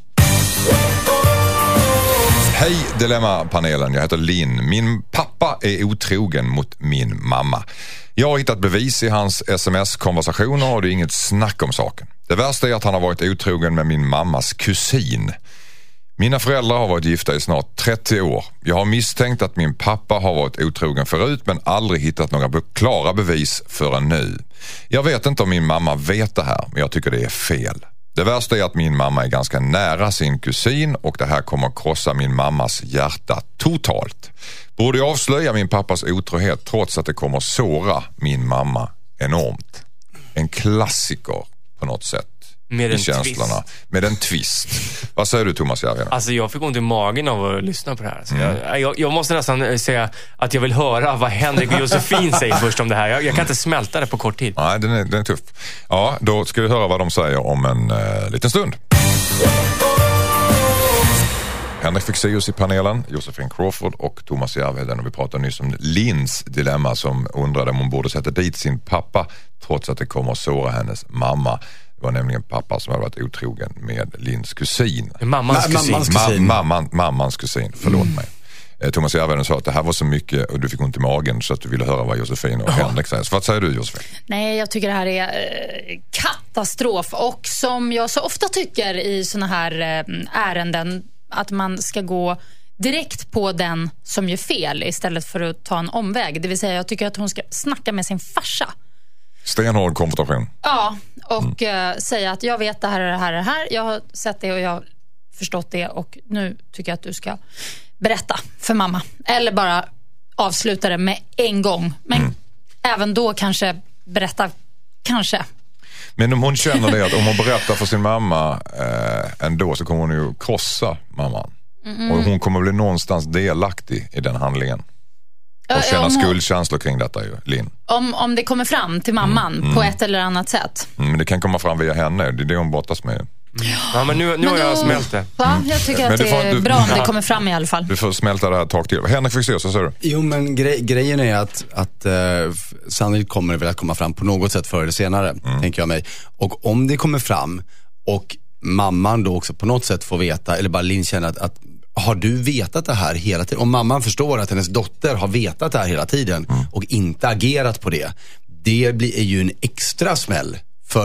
Hej Dilemma-panelen, jag heter Linn. Min pappa är otrogen mot min mamma. Jag har hittat bevis i hans sms-konversationer och det är inget snack om saken. Det värsta är att han har varit otrogen med min mammas kusin. Mina föräldrar har varit gifta i snart 30 år. Jag har misstänkt att min pappa har varit otrogen förut men aldrig hittat några klara bevis förrän nu. Jag vet inte om min mamma vet det här, men jag tycker det är fel. Det värsta är att min mamma är ganska nära sin kusin och det här kommer att krossa min mammas hjärta totalt. Borde jag avslöja min pappas otrohet trots att det kommer såra min mamma enormt? En klassiker på något sätt. Med en känslorna. twist. Med en twist. Vad säger du, Thomas Järvheden? Alltså jag fick ont i magen av att lyssna på det här. Så jag måste nästan säga att jag vill höra vad Henrik och Josefin säger först om det här. Jag kan inte smälta det på kort tid. Nej, den är tuff. Ja, då ska vi höra vad de säger om en liten stund. Henrik Fexeus i panelen, Josefin Crawford och Thomas Järvheden. Och vi pratade nyss om Linns dilemma som undrade om hon borde sätta dit sin pappa trots att det kommer att såra hennes mamma. Det var nämligen pappa som hade varit otrogen med Linns kusin. Mammans kusin. Mammans kusin, förlåt mig. Thomas Järvheden sa att det här var så mycket och du fick ont i magen så att du ville höra vad Josefin och Henrik säger. Så vad säger du, Josefin? Nej, jag tycker det här är katastrof. Och som jag så ofta tycker i såna här ärenden, att man ska gå direkt på den som gör fel istället för att ta en omväg. Det vill säga, jag tycker att hon ska snacka med sin farsa. Stenhård konfrontation. Ja, och säga att jag vet det här. Jag har sett det och jag har förstått det och nu tycker jag att du ska berätta för mamma. Eller bara avsluta det med en gång. Men även då kanske berätta, kanske. Men om hon känner det att om hon berättar för sin mamma ändå så kommer hon ju krossa mamman. Och hon kommer bli någonstans delaktig i den handlingen. Och känna skuldkänslor kring detta ju, Linn. Om det kommer fram till mamman på ett eller annat sätt. Men det kan komma fram via henne, det är det hon brottas med. Ja, men nu har jag smält det. Ja, jag tycker att det är bra om det kommer fram i alla fall. Du får smälta det här ett tag till. Henrik fick se, så säger du? Jo, men grejen är att sannolikt kommer det väl att komma fram på något sätt förr eller senare, tänker jag mig. Och om det kommer fram och mamman då också på något sätt får veta, eller bara Linn känner att har du vetat det här hela tiden? Om mamman förstår att hennes dotter har vetat det här hela tiden och inte agerat på det, det är ju en extra smäll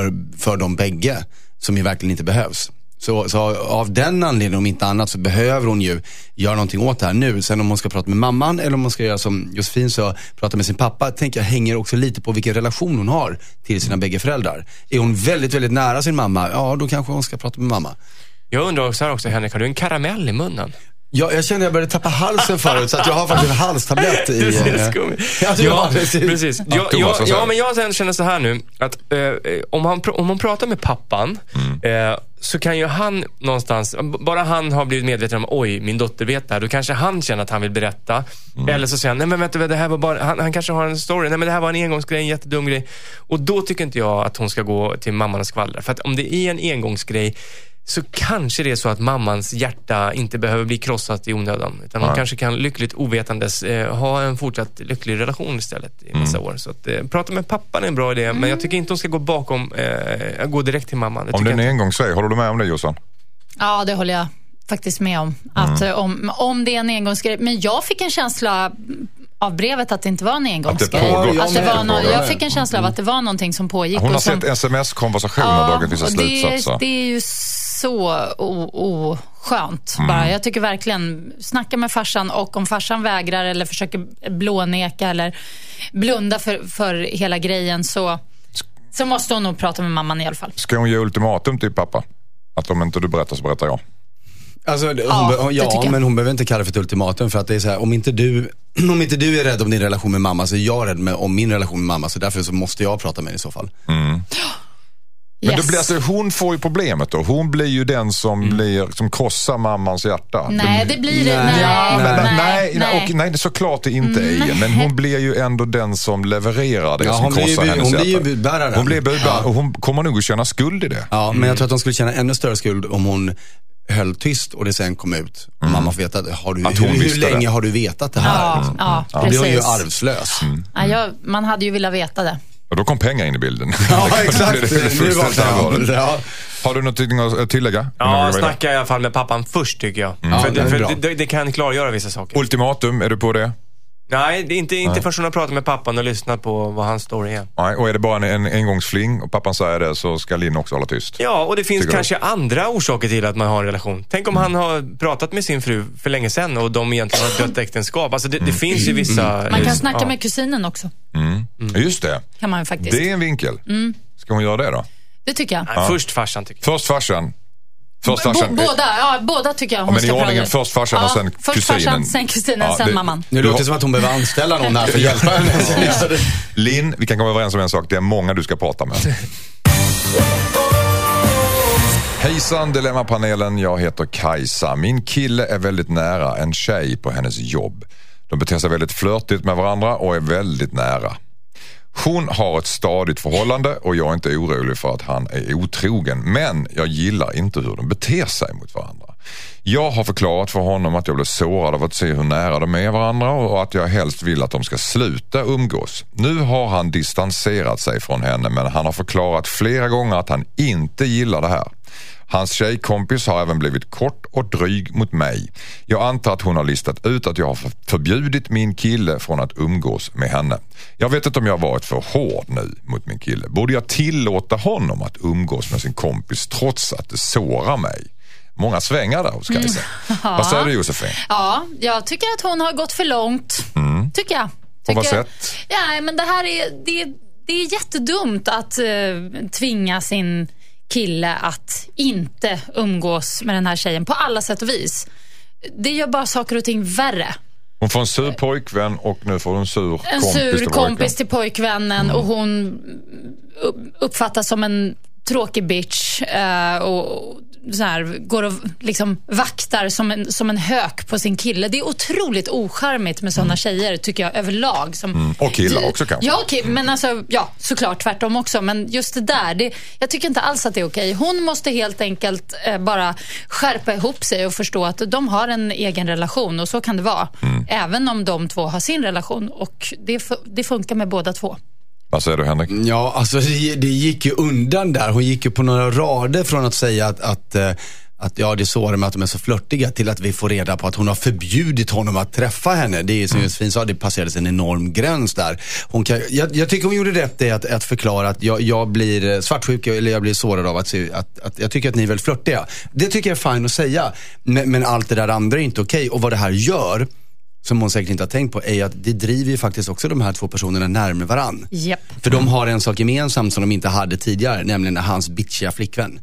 för de bägge som ju verkligen inte behövs. Så av den anledningen, om inte annat, så behöver hon ju göra någonting åt det här nu. Sen om hon ska prata med mamman eller om hon ska göra som Josefin så, prata med sin pappa, tänker jag hänger också lite på vilken relation hon har till sina bägge föräldrar. Är hon väldigt, väldigt nära sin mamma, ja då kanske hon ska prata med mamma. Jag undrar också Henrik, har du en karamell i munnen? Ja, jag kände att jag började tappa halsen förut så att jag har faktiskt en halstablett i... Ja, precis. Men jag känner så här nu att om man pratar med pappan så kan ju han någonstans, bara han har blivit medveten om oj, min dotter vet det här, då kanske han känner att han vill berätta. Eller så säger han, nej men vänta, det här var bara, han kanske har en story, nej men det här var en engångsgrej, en jättedum grej. Och då tycker inte jag att hon ska gå till mamman och skvallra. För att om det är en engångsgrej så kanske det är så att mammans hjärta inte behöver bli krossat i onödan. Utan hon kanske kan lyckligt ovetandes ha en fortsatt lycklig relation istället i massa år. Så att prata med pappan är en bra idé. Men jag tycker inte hon ska gå bakom, gå direkt till mamman. Om det är en engångsgrej, håller du med om det, Jossan? Ja, det håller jag faktiskt med om. Att om det är en engångsgrej. Men jag fick en känsla av brevet att det inte var en engångsgrej. Jag fick en känsla av att det var någonting som pågick. Hon har sett sms-konversationer dagen vissa slutsatser. Det är ju så oskönt bara. Jag tycker verkligen, snacka med farsan, och om farsan vägrar eller försöker blåneka eller blunda för hela grejen så måste hon nog prata med mamman i alla fall. Ska hon ge ultimatum till pappa? Att om inte du berättar så berättar jag. Alltså, men hon behöver inte kalla för ett ultimatum, för att det är så här, om inte du är rädd om din relation med mamma så är jag rädd om min relation med mamma, så därför så måste jag prata med henne i så fall. Men det blir, alltså, hon får ju problemet då. Hon blir ju den som som krossar mammans hjärta. Nej, det blir det. Nej, det såklart det inte är. Men hon blir ju ändå den som levererar det som krossar hennes hjärta. Hon blir ju budbäraren. Hon blir budbäraren och hon kommer nog att känna skuld i det. Ja, men jag tror att hon skulle känna ännu större skuld om hon höll tyst och det sen kom ut. Och mamma får veta, hur länge har du vetat det här? Då blir hon ju arvslös. Man hade ju velat veta det. Och då kom pengar in i bilden. Ja, exakt. Har du någonting att tillägga? Ja, snacka i alla fall med pappan först, tycker jag. För det kan klargöra vissa saker. Ultimatum, är du på det? Nej, det är inte först hon har pratat med pappan och lyssnat på vad hans story är. Nej, och är det bara en engångsfling och pappan säger det, så ska Linn också hålla tyst. Ja, och det finns kanske andra orsaker till att man har en relation. Tänk om han har pratat med sin fru för länge sedan och de egentligen har dött äktenskap. Alltså det finns ju vissa... Man kan snacka med kusinen också. Just det. Kan man faktiskt. Det är en vinkel. Ska hon göra det då? Det tycker jag. Nej, först farsan, tycker jag. Först farsan. Båda tycker jag hon men ska i ordningen först farsan och sen först kusinen. Farsan, sen kusinen, sen mamman. Nu låter det som att hon behöver anställa någon här för att hjälpa henne. Linn, vi kan komma överens om en sak. Det är många du ska prata med. Hejsan Dilemmapanelen, jag heter Kajsa. Min kille är väldigt nära en tjej på hennes jobb. De beter sig väldigt flörtigt med varandra och är väldigt nära. Hon har ett stadigt förhållande och jag är inte orolig för att han är otrogen. Men jag gillar inte hur de beter sig mot varandra. Jag har förklarat för honom att jag blir sårad av att se hur nära de är varandra och att jag helst vill att de ska sluta umgås. Nu har han distanserat sig från henne, men han har förklarat flera gånger att han inte gillar det här. Hans tjejkompis har även blivit kort och dryg mot mig. Jag antar att hon har listat ut att jag har förbjudit min kille från att umgås med henne. Jag vet inte om jag har varit för hård nu mot min kille. Borde jag tillåta honom att umgås med sin kompis trots att det sårar mig? Många svängar där hos Kajsa. Vad säger du, Josefin? Ja, jag tycker att hon har gått för långt. Tycker jag. På vad sätt? Ja, men det här det är jättedumt att tvinga sin kille att inte umgås med den här tjejen på alla sätt och vis. Det gör bara saker och ting värre. Hon får en sur pojkvän och nu får hon en sur kompis till pojkvännen och hon uppfattas som en tråkig bitch och så här, går och liksom vaktar som en hök på sin kille. Det är otroligt ocharmigt med sådana tjejer, tycker jag, överlag. Och killar också kanske. Ja, okej, men alltså, ja, såklart tvärtom också. Men just det där, jag tycker inte alls att det är okej. Hon måste helt enkelt bara skärpa ihop sig och förstå att de har en egen relation, och så kan det vara. Även om de två har sin relation, och det funkar med båda två. Vad säger du, Henrik? Ja, alltså det gick ju undan där. Hon gick ju på några rader från att säga att ja, det är så med att de är så flörtiga, till att vi får reda på att hon har förbjudit honom att träffa henne. Det är som Josefin sa, det passerades en enorm gräns där. Jag tycker hon gjorde rätt i att förklara att jag blir svartsjuk, eller jag blir sårad av att jag tycker att ni är väldigt flörtiga. Det tycker jag är fint att säga. Men allt det där andra är inte okej. Och vad det här gör, som hon säkert inte har tänkt på, är att det driver ju faktiskt också de här två personerna närmare varann. Yep. För de har en sak gemensamt som de inte hade tidigare, nämligen hans bitchiga flickvän.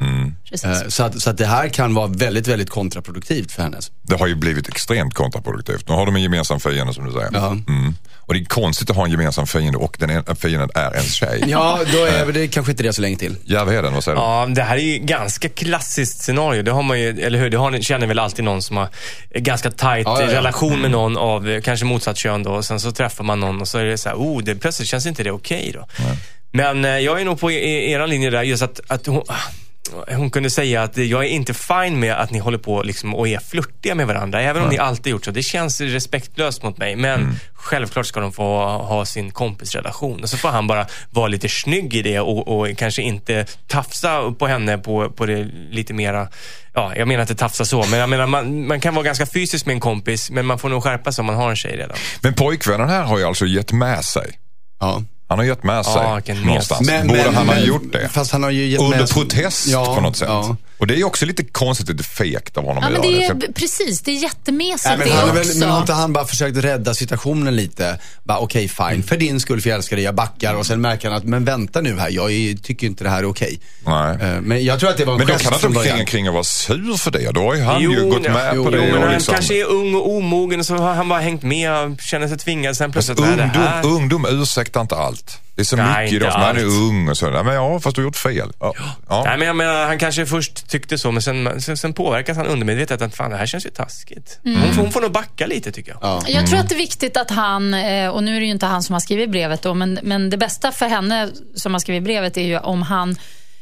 Så att det här kan vara väldigt, väldigt kontraproduktivt för hennes. Det har ju blivit extremt kontraproduktivt. Nu har de en gemensam fiende, som du säger. Ja. Och det är konstigt att ha en gemensam fiende och den fienden är en tjej. Ja, då är det kanske inte det så länge till. Järvheden, vad säger du? Ja, det här är ju ganska klassiskt scenario. Det har man ju, eller hur? Känner väl alltid någon som har ganska tajt relation med någon av kanske motsatt kön då. Och sen så träffar man någon och så är det så här, det plötsligt känns inte det okej då. Nej. Men jag är nog på era linje där, just att hon kunde säga att jag är inte fine med att ni håller på liksom och är flirtiga med varandra, även om ni alltid gjort så. Det känns respektlöst mot mig, men självklart ska de få ha sin kompisrelation, och så får han bara vara lite snygg i det och kanske inte tafsa på henne på det lite mera. Ja, jag menar inte tafsa så, men jag menar man kan vara ganska fysisk med en kompis, men man får nog skärpa sig om man har en tjej redan. Men pojkvännen här har ju alltså gett med sig. Ja. Han har gett med sig någonstans. Borde han ha gjort det? Fast han har ju gett under med protest på något sätt. Ja. Och det är ju också lite konstigt, lite fegt av honom. Ja, men det är precis, det är jättemesigt det också. Men har inte han bara försökt rädda situationen lite? Bara okej, fine. För din skull, för jag älskar dig, jag backar. Och sen märker han att, men vänta nu här, jag tycker inte det här är okej. Nej. Men jag tror att det var en men då kan han inte kring och vara sur för det. Då har ju han ju gått med på det. Men han liksom kanske är ung och omogen, och så har han bara hängt med, känner sig tvingad. Sen plötsligt ungdom ursäktar inte allt. Det är så mycket idag som man är ung och så. Men fast du har gjort fel. Ja. Nej, men jag menar, han kanske först tyckte så, men sen påverkas han undermedvetet att fan, det här känns ju taskigt. Hon får nog backa lite, tycker jag. Ja. Jag tror att det är viktigt att han, och nu är det ju inte han som har skrivit brevet då, men det bästa för henne som har skrivit brevet är ju om han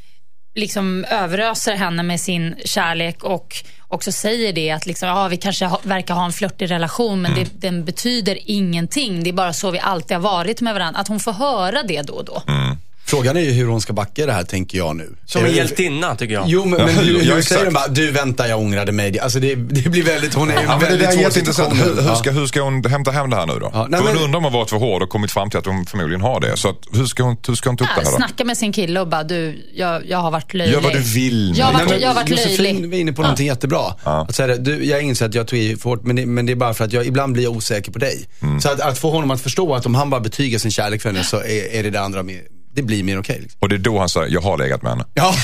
liksom överöser henne med sin kärlek och också säger det att liksom, vi kanske verkar ha en flörtig relation, men den betyder ingenting. Det är bara så vi alltid har varit med varandra. Att hon får höra det då och då. Frågan är ju hur hon ska backa det här, tänker jag nu. Som en hjältinna, tycker jag. Jo, men hur säger hon bara, du vänta, jag ångrade mig. Alltså det blir väldigt, hon är ju väldigt svår situation. Hur ska hon hämta hem det här nu då? Ja, hon undrar om hon varit för hård och kommit fram till att hon förmodligen har det. Så att, hur ska hon ta upp det här då? Snacka med sin kille och bara, jag har varit löjlig. Gör vad du vill. Jag har varit löjlig. Josefin var inne på någonting jättebra. Att säga det, jag inser att jag tog i för hårt, men det är bara för att jag ibland blir osäker på dig. Så att få honom att förstå att om han bara betygar sin kärlek för henne, så är det andra med. Det blir mer okej. Liksom. Och det är då han säger, jag har legat med henne. Ja.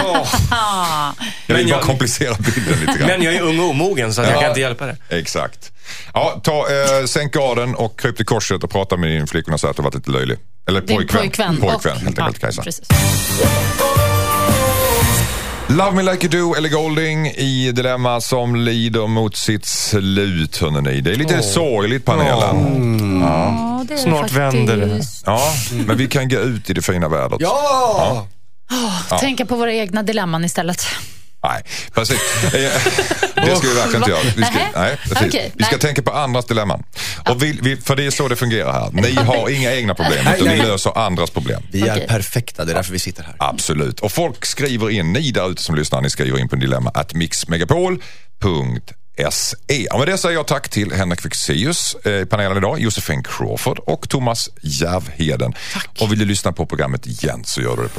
Jag vill bara komplicera bilden lite grann. Men jag är ung och omogen, så jag kan inte hjälpa det. Exakt. Ja, sänk garden och kryp till korset och prata med din flickorna och säga att du varit lite löjlig. Eller pojkvän, helt enkelt, Kajsa. Love Me Like You Do, Ellie Goulding i Dilemma som lider mot sitt slut, hörrni. Det är lite sorgligt, panelen. Ja, det är Snart vänder det. Ja, men vi kan gå ut i det fina vädret. Ja! Tänka på våra egna dilemman istället. Nej, precis. Det ska vi verkligen inte göra. Vi ska tänka på andras dilemman. Och för det är så det fungerar här. Ni har inga egna problem, utan ni löser andras problem. Vi är perfekta, det är därför vi sitter här. Absolut. Och folk skriver in, ni där ute som lyssnar, ni skriver in på dilemma@mixmegapol.se. Och med det säger jag tack till Henrik Fexeus i panelen idag, Josefin Crawford och Thomas Järvheden. Tack. Och vill du lyssna på programmet igen så gör du det på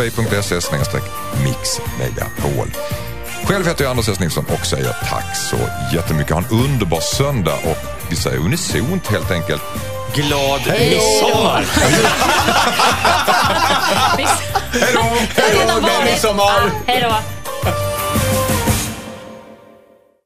radioplay.se/mixmegapol. Själv heter jag Anders S. Nilsson och säger tack så jättemycket. Ha en underbar söndag och vi säger unisont helt enkelt. Glad midsommar! Hej då! Hej då!